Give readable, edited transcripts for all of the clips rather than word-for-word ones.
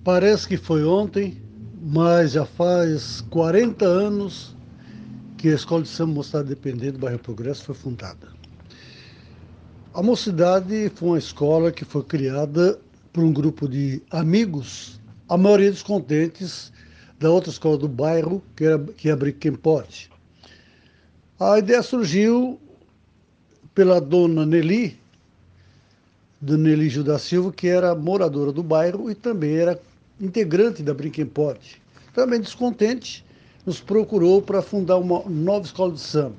Parece que foi ontem, mas já faz 40 anos que a Escola de Samba Mocidade Independente do Bairro Progresso foi fundada. A Mocidade foi uma escola que foi criada por um grupo de amigos, a maioria descontentes da outra escola do bairro, que é a Brick Quem Pode. A ideia surgiu pela dona Nelly Gil da Silva, que era moradora do bairro e também era integrante da Brinquem Pode. Também descontente, nos procurou para fundar uma nova escola de samba.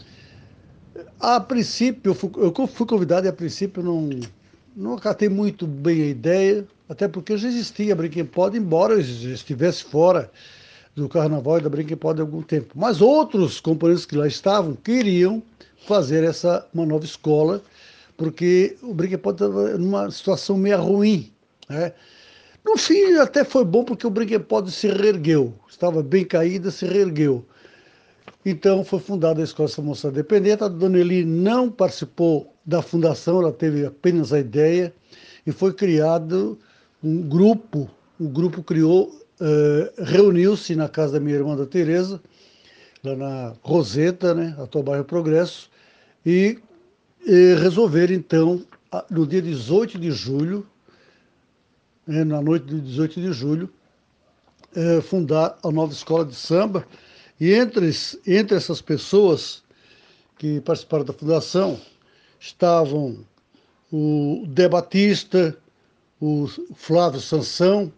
A princípio, eu fui convidado e a princípio não acatei muito bem a ideia, até porque já existia a Brinquem Pode, embora eu estivesse fora do carnaval e da Brinquem Pode há algum tempo. Mas outros companheiros que lá estavam queriam fazer uma nova escola, porque o Brinquem Pode estava numa situação meio ruim, né? No fim, até foi bom porque o Brinquem Pode se reergueu. Estava bem caída, se reergueu. Então, foi fundada a Escola de Mocidade Independente. A dona Eli não participou da fundação, ela teve apenas a ideia, e foi criado um grupo. O grupo reuniu-se na casa da minha irmã da Tereza, lá na Roseta, né, atual bairro Progresso, e resolveram, então, no dia 18 de julho, na noite de 18 de julho, fundar a nova escola de samba. E entre essas pessoas que participaram da fundação estavam o Dé Batista, o Flávio Sansão,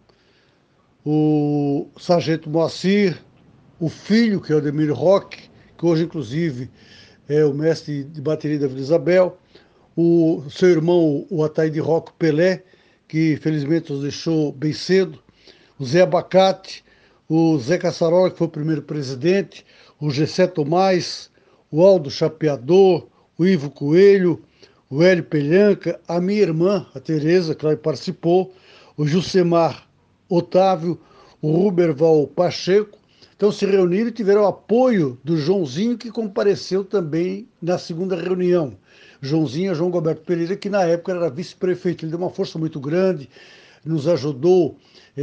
o Sargento Moacir, o filho, que é o Ademir Roque, que hoje, inclusive, é o mestre de bateria da Vila Isabel, o seu irmão, o Ataíde Roque Pelé, que felizmente nos deixou bem cedo, o Zé Abacate, o Zé Caçarola, que foi o primeiro presidente, o Gessé Tomás, o Aldo Chapeador, o Ivo Coelho, o Hélio Pelhanca, a minha irmã, a Tereza, que lá participou, o Jucemar Otávio, o Ruberval Pacheco. Então se reuniram e tiveram o apoio do Joãozinho, que compareceu também na segunda reunião. Joãozinho é João Gilberto Pereira, que na época era vice-prefeito. Ele deu uma força muito grande, nos ajudou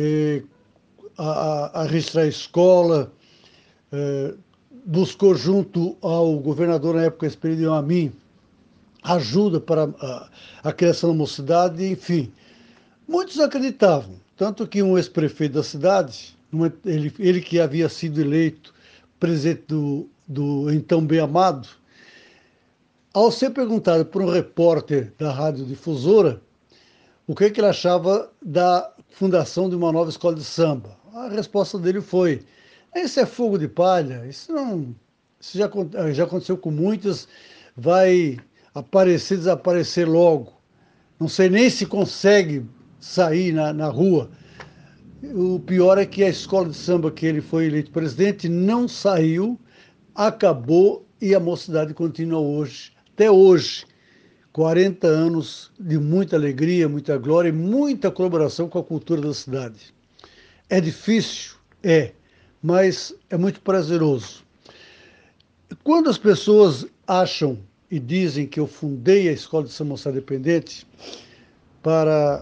a registrar a escola, buscou junto ao governador na época, Espírito a mim, ajuda para a criação da mocidade, enfim. Muitos acreditavam, tanto que um ex-prefeito da cidade, ele que havia sido eleito presidente do então bem amado, ao ser perguntado por um repórter da rádio difusora o que ele achava da fundação de uma nova escola de samba, a resposta dele foi: isso é fogo de palha, isso já aconteceu com muitas, vai aparecer, desaparecer logo. Não sei nem se consegue sair na rua. O pior é que a escola de samba que ele foi eleito presidente não saiu, acabou e a mocidade continua hoje, até hoje. 40 anos de muita alegria, muita glória e muita colaboração com a cultura da cidade. É difícil? É, mas é muito prazeroso. Quando as pessoas acham e dizem que eu fundei a Escola de Samba Mocidade Independente para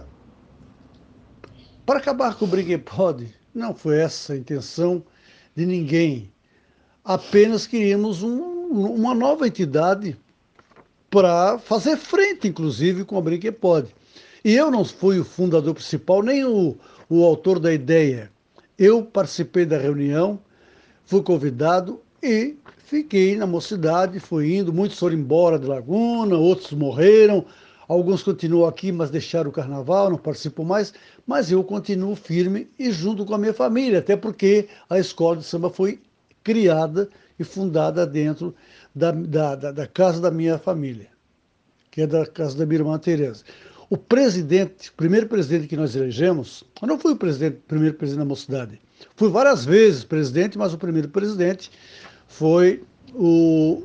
acabar com o Brinquem Pode, não foi essa a intenção de ninguém. Apenas queríamos uma nova entidade para fazer frente, inclusive, com a Brinquem Pode. E eu não fui o fundador principal, nem o autor da ideia. Eu participei da reunião, fui convidado e fiquei na mocidade, fui indo. Muitos foram embora de Laguna, outros morreram, alguns continuam aqui, mas deixaram o carnaval, não participam mais, mas eu continuo firme e junto com a minha família, até porque a escola de samba foi criada e fundada dentro da casa da minha família, que é da casa da minha irmã Tereza. O primeiro presidente que nós elegemos, eu não fui primeiro presidente da mocidade. Fui várias vezes presidente, mas o primeiro presidente foi o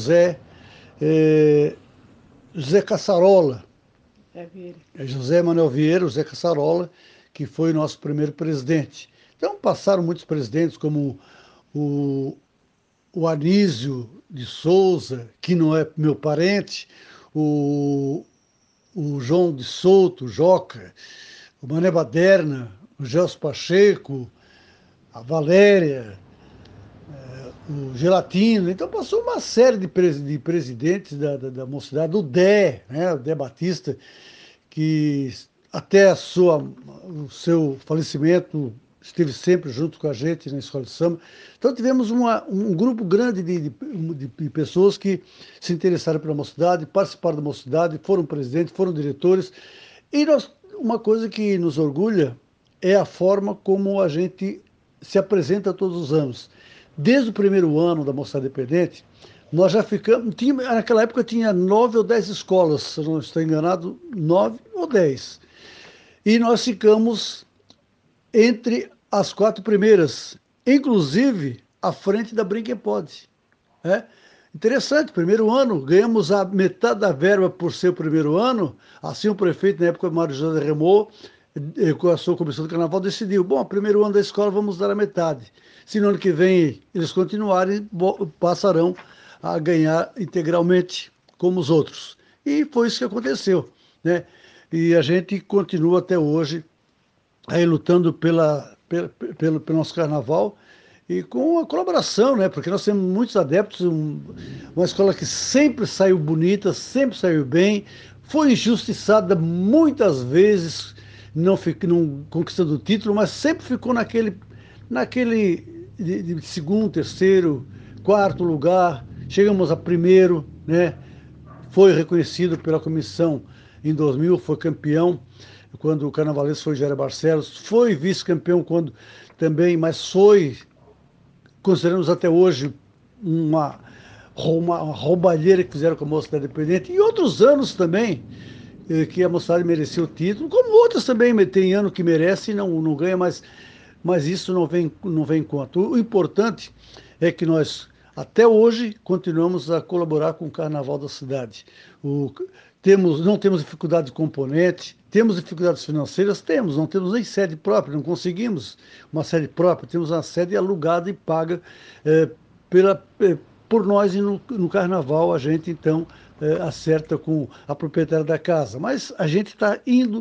José Caçarola. José Manuel Vieira, José Caçarola, que foi o nosso primeiro presidente. Então passaram muitos presidentes, como o Anísio de Souza, que não é meu parente, o João de Souto, Joca, o Mané Baderna, o Gelson Pacheco, a Valéria, o Gelatino. Então passou uma série de presidentes da mocidade, o Dé, né, o Dé Batista, que até o seu falecimento esteve sempre junto com a gente na escola de samba. Então tivemos um grupo grande de pessoas que se interessaram pela mocidade, participaram da mocidade, foram presidentes, foram diretores. E uma coisa que nos orgulha é a forma como a gente se apresenta todos os anos. Desde o primeiro ano da Mocidade Independente, nós já ficamos. Naquela época tinha 9 ou 10 escolas, se eu não estou enganado, 9 ou 10. E nós ficamos entre as 4 primeiras, inclusive à frente da Brinquepode. Né? Interessante, primeiro ano, ganhamos a metade da verba por ser o primeiro ano. Assim o prefeito, na época, Mário José Remô, com a sua comissão do carnaval, decidiu: bom, primeiro ano da escola vamos dar a metade. Se no ano que vem eles continuarem, passarão a ganhar integralmente como os outros. E foi isso que aconteceu, né? E a gente continua até hoje aí lutando pelo nosso carnaval e com a colaboração, né? Porque nós temos muitos adeptos, uma escola que sempre saiu bonita, sempre saiu bem, foi injustiçada muitas vezes, não conquistando o título, mas sempre ficou naquele de segundo, terceiro, quarto lugar. Chegamos a primeiro, né? Foi reconhecido pela comissão em 2000, foi campeão quando o carnavalesco foi Jair Barcelos, foi vice-campeão quando também, mas foi, consideramos até hoje, uma roubalheira que fizeram com a Mocidade Independente, e outros anos também, que a Mocidade mereceu o título, como outras também tem ano que merece e não ganha, mas isso não vem em conta. O importante é que nós, até hoje, continuamos a colaborar com o Carnaval da cidade. Não temos dificuldade de componente, temos dificuldades financeiras, não temos nem sede própria, não conseguimos uma sede própria, temos uma sede alugada e paga por nós, e no Carnaval a gente então acerta com a proprietária da casa. Mas a gente está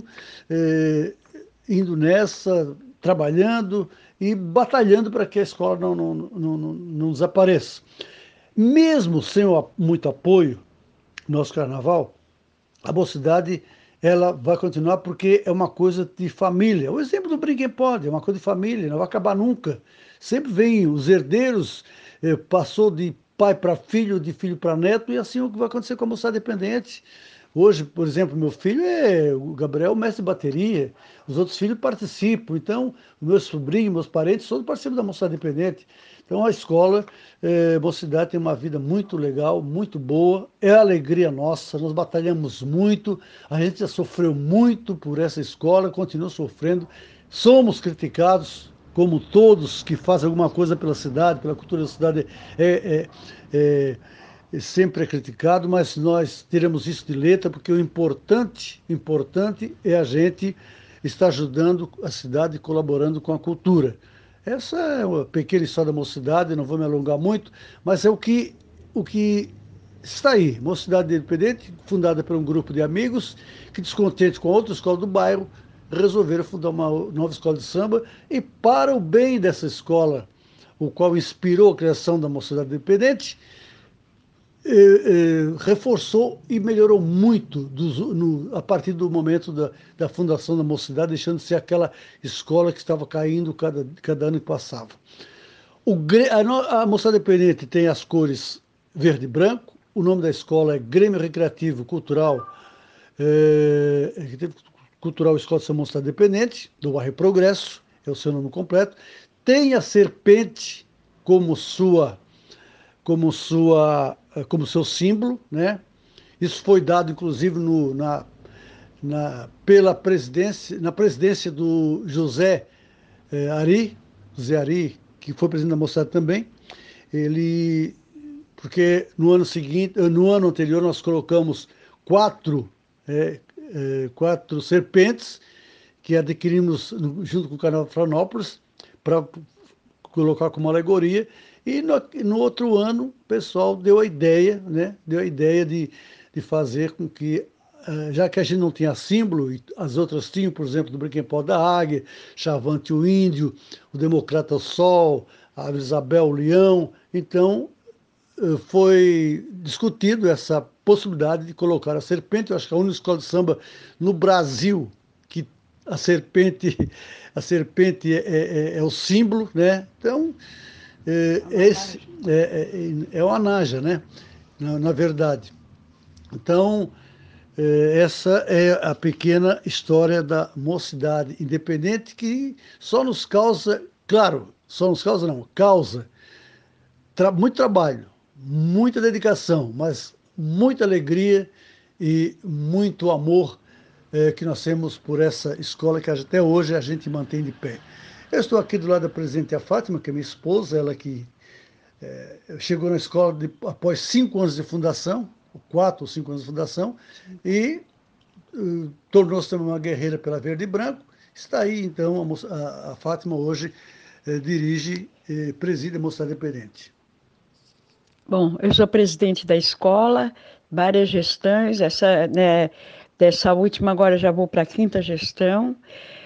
indo nessa, trabalhando e batalhando para que a escola não desapareça. Mesmo sem muito apoio, nosso carnaval, a mocidade ela vai continuar porque é uma coisa de família. O exemplo do Brinquem Pode é uma coisa de família, não vai acabar nunca. Sempre vem os herdeiros, passou de pai para filho, de filho para neto, e assim é o que vai acontecer com a mocidade dependente. Hoje, por exemplo, meu filho o Gabriel, mestre de bateria, os outros filhos participam, então, meus sobrinhos, meus parentes, todos participam da mocidade dependente. Então, a escola, Mocidade tem uma vida muito legal, muito boa, é a alegria nossa, nós batalhamos muito, a gente já sofreu muito por essa escola, continua sofrendo, somos criticados, como todos que fazem alguma coisa pela cidade, pela cultura da cidade, sempre é criticado, mas nós tiramos isso de letra, porque o importante é a gente estar ajudando a cidade e colaborando com a cultura. Essa é uma pequena história da Mocidade, não vou me alongar muito, mas é o que está aí. Mocidade Independente, fundada por um grupo de amigos que, descontentes com a outra escola do bairro, resolveram fundar uma nova escola de samba, e para o bem dessa escola, o qual inspirou a criação da Mocidade Independente, reforçou e melhorou muito a partir do momento da fundação da Mocidade, deixando de ser aquela escola que estava caindo cada ano que passava. A Mocidade Independente tem as cores verde e branco, o nome da escola é Grêmio Recreativo Cultural Escola de São Mocidade Independente, do bairro Progresso, é o seu nome completo. Tem a serpente como seu símbolo, né? Isso foi dado, inclusive, na presidência do José Ari, que foi presidente da Mocidade também. Porque no ano anterior, nós colocamos quatro serpentes que adquirimos junto com o Carnaval de Florianópolis para colocar como alegoria. E no outro ano, o pessoal deu a ideia, né? Deu a ideia de fazer com que já que a gente não tinha símbolo, e as outras tinham, por exemplo, do Brinquem-Pau da Águia, Chavante o Índio, o Democrata o Sol, a Isabel o Leão, então foi discutido essa possibilidade de colocar a serpente. Eu acho que é a única escola de samba no Brasil que a serpente, a serpente é o símbolo, né? Então, é uma naja, né? Na verdade. Então, essa é a pequena história da Mocidade Independente que só nos causa, claro, só nos causa não, causa muito trabalho, muita dedicação, mas muita alegria e muito amor que nós temos por essa escola que até hoje a gente mantém de pé. Eu estou aqui do lado da presidente Fátima, que é minha esposa, ela que chegou na escola após 5 anos de fundação, 4 ou 5 anos de fundação, e tornou-se também uma guerreira pela Verde e Branco. Está aí, então, a Fátima hoje dirige, preside a Mocidade Independente. Bom, eu sou presidente da escola, várias gestões, dessa última agora já vou para a 5ª gestão,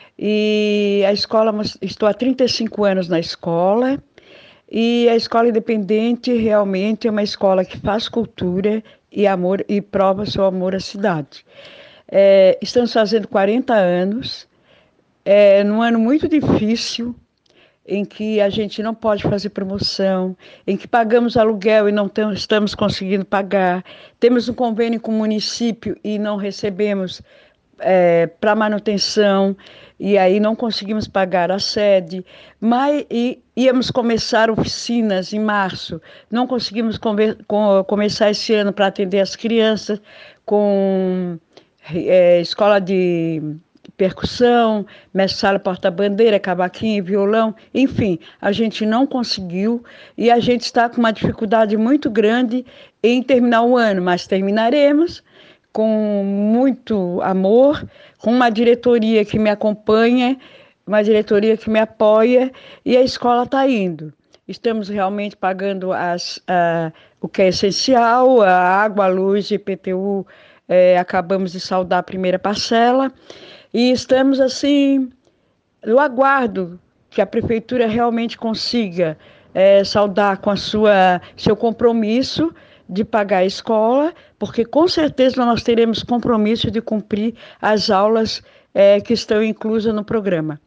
e a escola, estou há 35 anos na escola, e a escola independente realmente é uma escola que faz cultura e amor e prova seu amor à cidade. Estamos fazendo 40 anos, num ano muito difícil, em que a gente não pode fazer promoção, em que pagamos aluguel e não estamos conseguindo pagar, temos um convênio com o município e não recebemos para manutenção, e aí não conseguimos pagar a sede, mas íamos começar oficinas em março, não conseguimos começar esse ano para atender as crianças com escola de percussão, mestre-sala, porta-bandeira, cavaquinho e violão, enfim, a gente não conseguiu e a gente está com uma dificuldade muito grande em terminar o ano, mas terminaremos com muito amor, com uma diretoria que me acompanha, uma diretoria que me apoia e a escola está indo. Estamos realmente pagando o que é essencial, a água, a luz, IPTU, acabamos de saldar a primeira parcela. E estamos, assim, no aguardo que a prefeitura realmente consiga saldar com seu compromisso de pagar a escola, porque com certeza nós teremos compromisso de cumprir as aulas que estão inclusas no programa.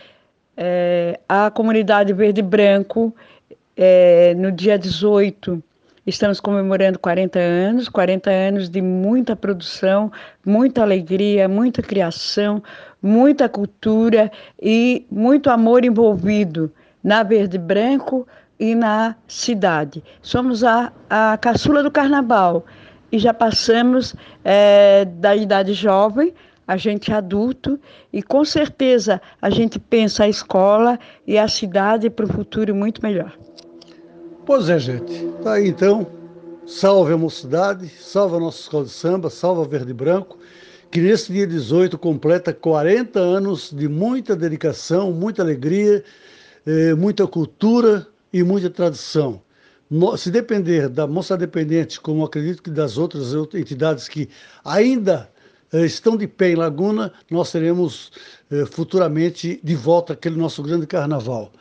A comunidade Verde e Branco, no dia 18, estamos comemorando 40 anos de muita produção, muita alegria, muita criação, muita cultura e muito amor envolvido na Verde e Branco e na cidade. Somos a caçula do carnaval e já passamos da idade jovem, a gente é adulto e com certeza a gente pensa a escola e a cidade para o futuro muito melhor. Pois é, gente. Tá aí, então. Salve a Mocidade, salve a nossa escola de samba, salve a Verde e Branco, que nesse dia 18 completa 40 anos de muita dedicação, muita alegria, muita cultura e muita tradição. Se depender da Mocidade Independente, como acredito que das outras entidades que ainda estão de pé em Laguna, nós teremos futuramente de volta aquele nosso grande carnaval.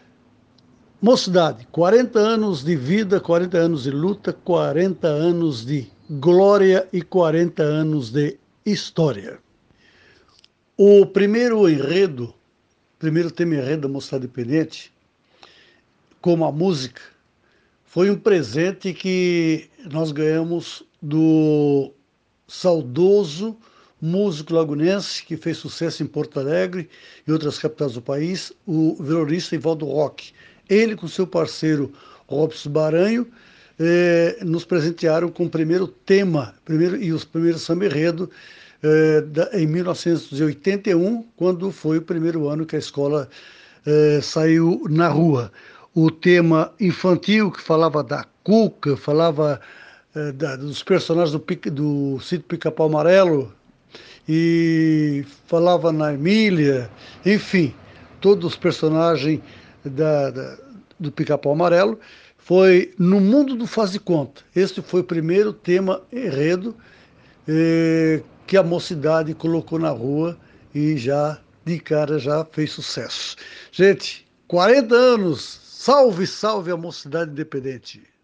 Mocidade, 40 anos de vida, 40 anos de luta, 40 anos de glória e 40 anos de história. O primeiro tema enredo da Mocidade Independente, como a música, foi um presente que nós ganhamos do saudoso músico lagunense que fez sucesso em Porto Alegre e outras capitais do país, o violonista Ivaldo Roque. Ele, com seu parceiro Robson Baranho, nos presentearam com o primeiro tema, e os primeiros samba-enredo em 1981, quando foi o primeiro ano que a escola saiu na rua. O tema infantil, que falava da Cuca, falava dos personagens do Sítio Pica-Pau Amarelo, e falava na Emília, enfim, todos os personagens do Pica-Pau Amarelo, foi No Mundo do Faz de Conta. Este foi o primeiro tema enredo que a mocidade colocou na rua e já, de cara, já fez sucesso. Gente, 40 anos, salve, salve a mocidade independente.